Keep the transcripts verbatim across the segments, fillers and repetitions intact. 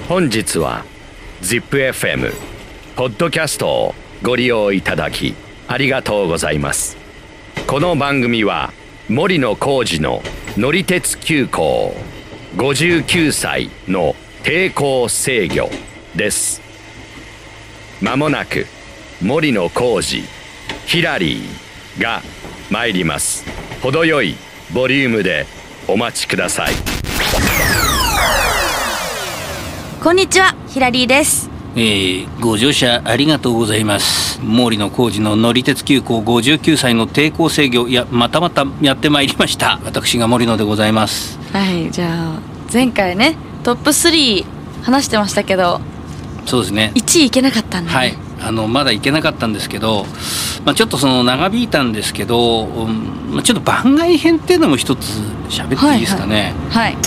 本日は ジップエフエム ポッドキャストをご利用いただきありがとうございます。この番組は森野浩二の乗り鉄急行ごじゅうきゅうさいの抵抗制御です。まもなく森野浩二ヒラリーが参ります。程よいボリュームでお待ちください。 こんにちは、ヒラリーです。 えー、ご乗車ありがとうございます。森野浩二の乗り鉄急行ごじゅうきゅうさいの抵抗制御、いやまたまたやってまいりました。私が森野でございます。 はい、じゃあ前回ねトップスリー話してましたけど、 そうですね、 いちいいけなかったんで、ね、 はいあのまだいけなかったんですけど、まあ、ちょっとその長引いたんですけど、うんまあ、ちょっと番外編っていうのも一つ喋っていいですかね。 はい、はいはい、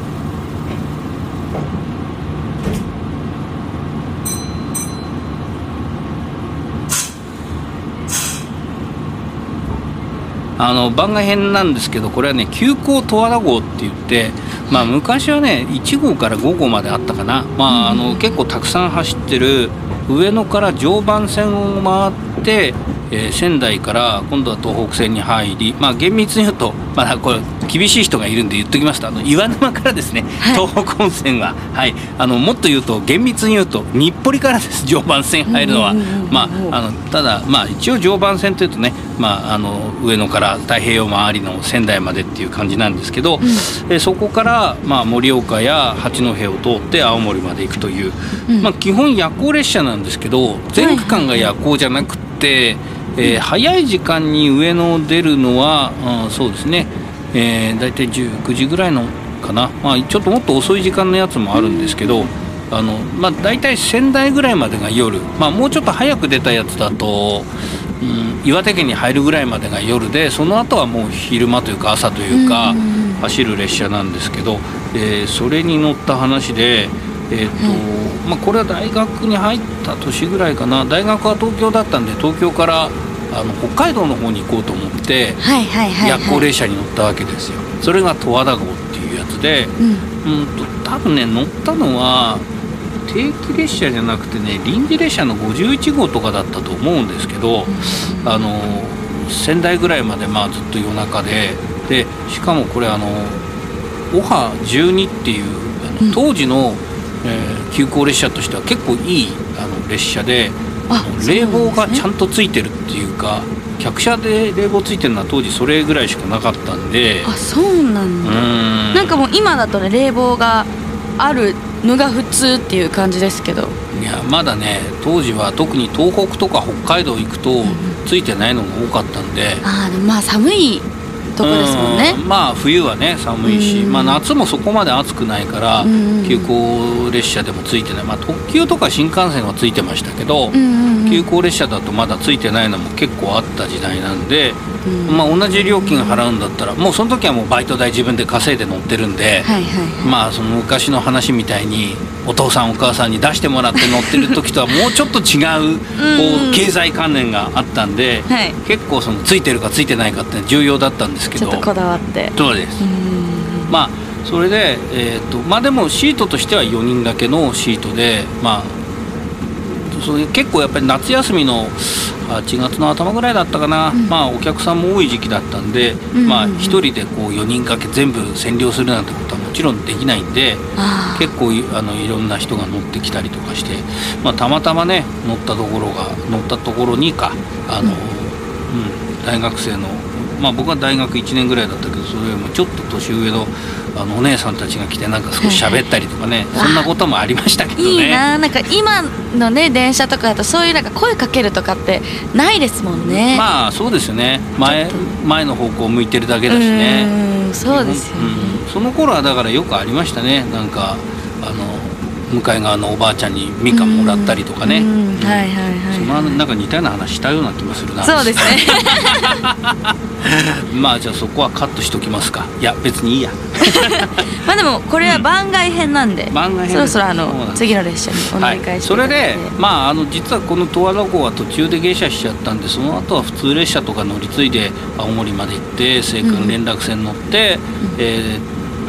あの番外編なんですけど、これはね急行十和田号って言って、まあ、昔はねいち号からご号まであったかな、まあ、あの結構たくさん走ってる上野から常磐線を回って、えー、仙台から今度は東北線に入り、まあ、厳密に言うと、まあ、これ厳しい人がいるんで言っときますと、あの岩沼からですね、はい、東北本線は、はい、あのもっと言うと厳密に言うと日暮里からです常磐線入るのは、まあ、あのただ、まあ、一応常磐線というとね、まあ、あの上野から太平洋周りの仙台までっていう感じなんですけど、うん、えー、そこから、まあ、盛岡や八戸を通って青森まで行くという、うん、まあ、基本夜行列車なんですけど、全区間が夜行じゃなくて、えー、早い時間に上野を出るのは、うん、そうですね、えー、大体じゅうくじぐらいのかな、まあ、ちょっともっと遅い時間のやつもあるんですけど、あの、まあ、大体仙台ぐらいまでが夜、まあ、もうちょっと早く出たやつだと、うん、岩手県に入るぐらいまでが夜で、その後はもう昼間というか朝というか走る列車なんですけど、えー、それに乗った話で、えーとうんまあ、これは大学に入った年ぐらいかな。大学は東京だったんで、東京からあの北海道の方に行こうと思って夜行列車に乗ったわけですよ。それが十和田号っていうやつで、うん、うんと多分ね乗ったのは定期列車じゃなくてね臨時列車のごじゅういち号とかだったと思うんですけど、うん、あの仙台ぐらいまでまあずっと夜中で、でしかもこれあのオハじゅうにっていうあの当時の、うんえー、急行列車としては結構いいあの列車で、冷房がちゃんとついてるっていうか、客車で冷房ついてるのは当時それぐらいしかなかったんで。 あ、そうなんだ。うんなんかもう今だとね冷房があるのが普通っていう感じですけど、 いやまだね当時は特に東北とか北海道行くとついてないのが多かったんで、 うん、あでもまあ寒いとこですもんね。 んまあ冬はね寒いし、まあ、夏もそこまで暑くないから急行列車でもついてない、まあ、特急とか新幹線はついてましたけど、急行列車だとまだついてないのも結構あった時代なんで、まあ、同じ料金払うんだったらもうその時はもうバイト代自分で稼いで乗ってるんで、まあその昔の話みたいにお父さんお母さんに出してもらって乗ってる時とはもうちょっと違うこう経済観念があったんで、はい、結構そのついてるかついてないかって重要だったんですけど、 ちょっとこだわって。 そうです。まあそれで、えーとまあ、でもシートとしてはよにん掛けのシートで、まあ、それ結構やっぱり夏休みのはちがつの頭ぐらいだったかな、うん、まあお客さんも多い時期だったんで、うんうんうん、まあひとりでこうよにん掛け全部占領するなんてことはもちろんできないんで、結構あのいろんな人が乗ってきたりとかして、まあ、たまたまね乗ったところが乗ったところにかあの、うんうん、大学生の、まあ、僕は大学いちねんぐらいだったけど、それよりもちょっと年上のあのお姉さんたちが来てなんか少し喋ったりとかね、はいはい、そんなこともありましたけどね。 いいな、なんか今のね電車とかだとそういうなんか声かけるとかってないですもんね。 まあそうですよね、 前, 前の方向向いてるだけだしね。 うん、そうですよね、 うん、その頃はだからよくありましたね。なんかあの向かい側のおばあちゃんにみかんもらったりとかね、うんうん、はいはいはい、はい、そのなんか似たような話したような気もするな。 そうですねまあじゃあそこはカットしときますか。いや別にいいやまあでもこれは番外編なんで、うん、番外編そろそろあの次の列車にお願いして、はい、 それでまああの実はこの十和田号は途中で下車しちゃったんで、その後は普通列車とか乗り継いで青森まで行って青函連絡船乗って、うん、えー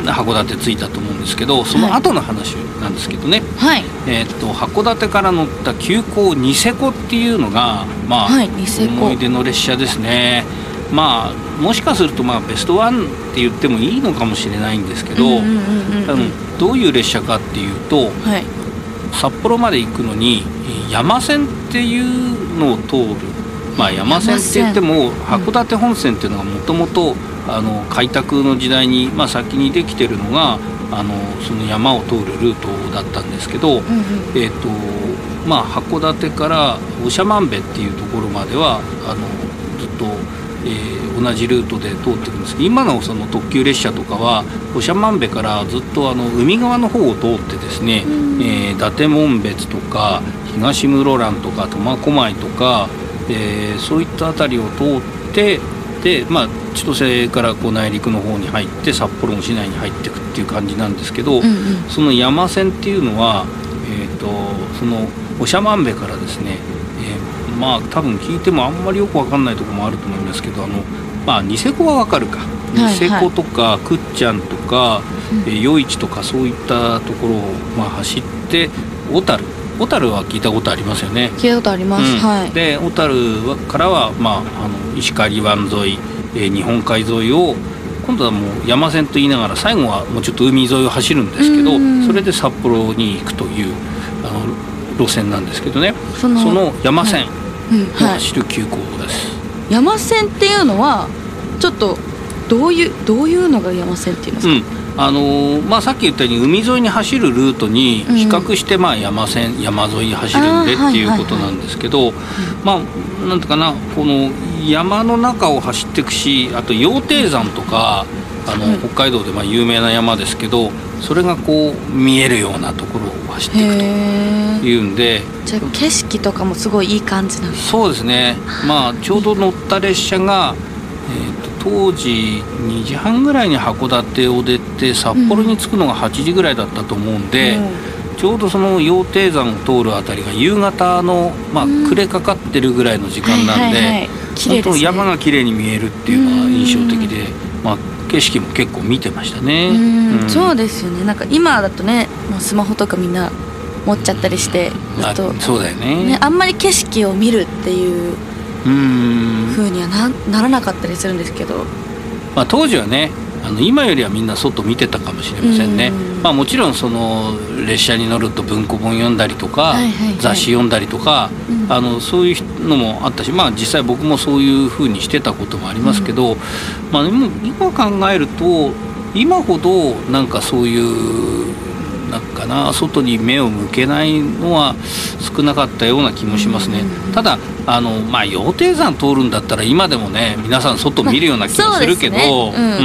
函館着いたと思うんですけど、その後の話なんですけどね、 はい、 えー、と函館から乗った急行ニセコっていうのが、まあはい、ニセコ思い出の列車ですね。まあもしかするとまあベストワンって言ってもいいのかもしれないんですけど、どういう列車かっていうと、 はい、 札幌まで行くのに山線っていうのを通る、まあ、山線って言っても函館本線っていうのがもともと開拓の時代に、まあ、先にできてるのがあのその山を通るルートだったんですけど、うんうん、えーとまあ、函館から長万部っていうところまではあのずっと、えー、同じルートで通ってるんですけど、今のその特急列車とかは長万部からずっとあの海側の方を通ってですね、うんえー、伊達紋別とか東室蘭とか苫小牧とか、えー、そういった辺りを通ってで、まあ、千歳からこう内陸の方に入って札幌の市内に入っていくっていう感じなんですけど、うんうん、その山線っていうのは、えー、とその長万部からですね、えー、まあ多分聞いてもあんまりよく分かんないところもあると思いますけど、あの、まあ、ニセコは分かるか、ニセコとか倶知安とか、えー、余市とかそういったところを、まあ、走って小樽小樽は聞いたことありますよね。 聞いたことあります、うんはい、 で小樽からは、まあ、あの石狩湾沿い、えー、日本海沿いを今度はもう山線と言いながら最後はもうちょっと海沿いを走るんですけど、それで札幌に行くというあの路線なんですけどね、その、その山線を走る急行です、 はいうんはい、山線っていうのはちょっとどういうどういうのが山線っていうんですか。 うんあのーまあ、さっき言ったように海沿いに走るルートに比較してまあ山線、うん、山沿い走るんでっていうことなんですけど、まあなんていうかなこの山の中を走っていくし、あと羊蹄山とかあの、うん、北海道でまあ有名な山ですけど、それがこう見えるようなところを走っていくというんで、 じゃあ景色とかもすごいいい感じなんですか。 そうですね、まあ、ちょうど乗った列車が、えーと当時にじはんぐらいに函館を出て札幌に着くのがはちじぐらいだったと思うんで、うん、ちょうどその羊蹄山を通るあたりが夕方の、まあ、暮れかかってるぐらいの時間なんで、本当山が綺麗に見えるっていうのが印象的で、まあ、景色も結構見てましたね。 うん、うん、そうですよね。なんか今だとね、もうスマホとかみんな持っちゃったりして、 あとそうだよね、 ね、あんまり景色を見るっていう風には な, ならなかったりするんですけど、 まあ、当時はねあの今よりはみんな外見てたかもしれませんね。まあ、もちろんその列車に乗ると文庫本読んだりとか、はいはいはい、雑誌読んだりとか、うん、あのそういうのもあったし、まあ、実際僕もそういう風にしてたこともありますけど、うんまあ、でも今考えると今ほどなんかそういうなんかな外に目を向けないのは少なかったような気もしますね。ただあの、まあ、羊蹄山通るんだったら今でもね皆さん外見るような気がするけど、まあそうですね、うん、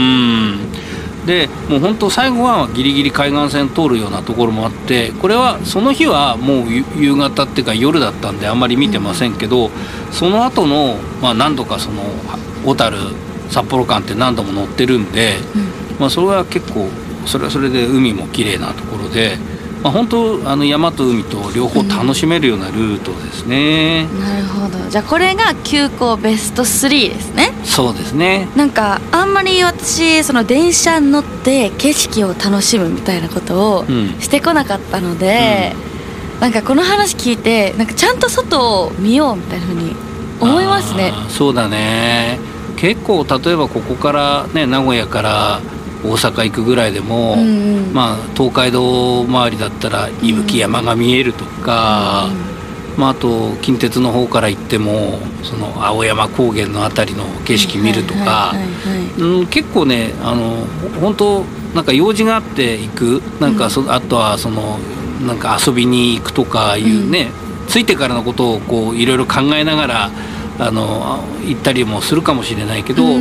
うんでもう本当最後はギリギリ海岸線通るようなところもあって、これはその日はもう夕方っていうか夜だったんであんまり見てませんけど、うん、その後の、まあ、何度かその小樽札幌間って何度も乗ってるんで、うんまあ、それは結構それはそれで海も綺麗なところで、まあ、本当あの山と海と両方楽しめるようなルートですね、 うん、なるほど。じゃあこれが急行ベストスリーですね。 そうですね。 なんかあんまり私その電車に乗って景色を楽しむみたいなことをしてこなかったので、うん、なんかこの話聞いてなんかちゃんと外を見ようみたいな風に思いますね。 そうだね。結構例えばここからね名古屋から大阪行くぐらいでも、うんうんまあ、東海道周りだったら伊吹山が見えるとか、うんまあ、あと近鉄の方から行ってもその青山高原のあたりの景色見るとか、結構ねあの本当なんか用事があって行くなんかそ、うん、あとはそのなんか遊びに行くとかいうね、うん、ついてからのことをこういろいろ考えながらあの行ったりもするかもしれないけど、うん、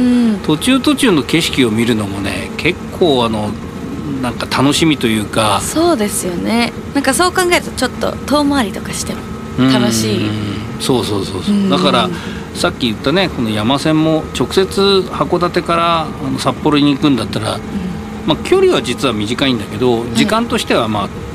途中途中の景色を見るのもね結構あのなんか楽しみというか。 そうですよね。なんかそう考えるとちょっと遠回りとかしても楽しい。 うんそうそうそうそう、うん、だからさっき言ったねこの山線も直接函館からあの札幌に行くんだったら、うんまあ、距離は実は短いんだけど時間としてはまあ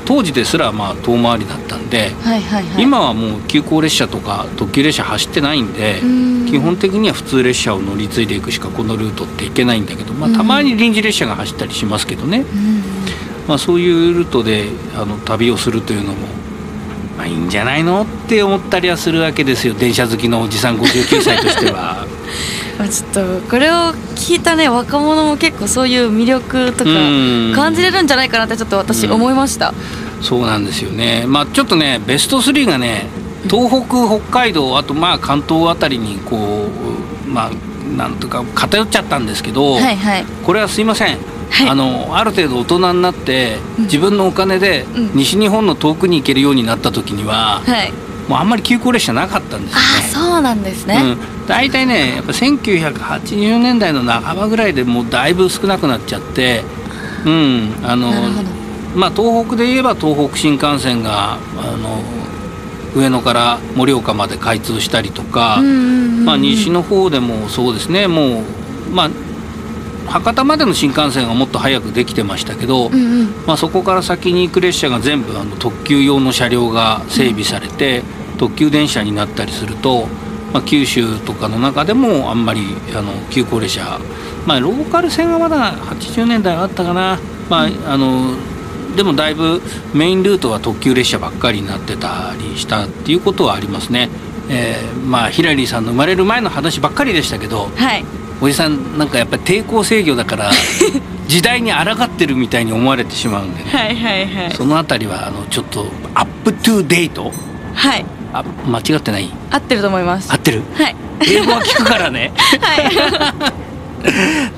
当時ですらまあ遠回りだったんで、 はいはいはい、 今はもう急行列車とか特急列車走ってないんで、ん基本的には普通列車を乗り継いでいくしかこのルートって行けないんだけど、まあ、たまに臨時列車が走ったりしますけどね、まあ、そういうルートであの旅をするというのも、まあ、いいんじゃないのって思ったりはするわけですよ、電車好きのおじさんごじゅうきゅうさいとしては。 まあちょっとこれを聞いたね若者も結構そういう魅力とか感じれるんじゃないかなってちょっと私思いました。 うん、そうなんですよね。まあちょっとねベストスリーがね東北北海道あとまあ関東あたりにこうまあなんとか偏っちゃったんですけど、 はいはい、 これはすいません、はい、あのある程度大人になって自分のお金で西日本の遠くに行けるようになった時には、うんはい、もうあんまり急行列車なかったんですよね。 あ、そうなんですね。 うん、だいたいねやっぱせんきゅうひゃくはちじゅうねんだいの半ばぐらいでもうだいぶ少なくなっちゃって、うん、あのまあ東北で言えば東北新幹線があの上野から盛岡まで開通したりとか、まあ西の方でもそうですね、もうまあ博多までの新幹線はもっと早くできてましたけど、うんうん、まあ、そこから先に行く列車が全部あの特急用の車両が整備されて、うん、特急電車になったりすると、まあ、九州とかの中でもあんまりあの急行列車、まあ、ローカル線はまだはちじゅうねんだいはあったかな、まあ、あのでもだいぶメインルートは特急列車ばっかりになってたりしたっていうことはありますね。えー、まあヒラリーさんの生まれる前の話ばっかりでしたけど、 はい、 おじさんなんかやっぱり抵抗制御だから時代に抗ってるみたいに思われてしまうんでね、 はいはいはい、 そのあたりはあのちょっとアップトゥデート、 はい、 あ間違ってない？ 合ってると思います。 合ってる？ はい、 英語は聞くからね。 はい、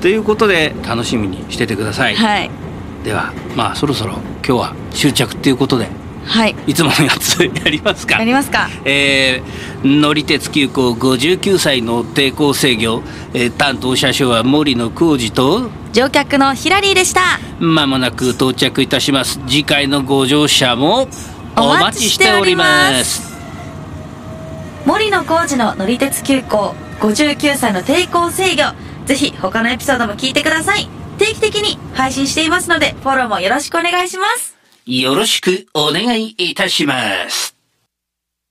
ということで楽しみにしててください。 はい、 ではまあそろそろ今日は終着っていうことで、 はい、 いつものやつやりますか。 やりますか。 えー、乗り鉄急行ごじゅうきゅうさいの抵抗制御、えー、担当車掌は森野浩二と乗客のヒラリーでした。 まもなく到着いたします。次回のご乗車もお待ちしております。 森野浩二の乗り鉄急行ごじゅうきゅうさいの抵抗制御、ぜひ他のエピソードも聞いてください。定期的に配信していますのでフォローもよろしくお願いします。 よろしくお願いいたします。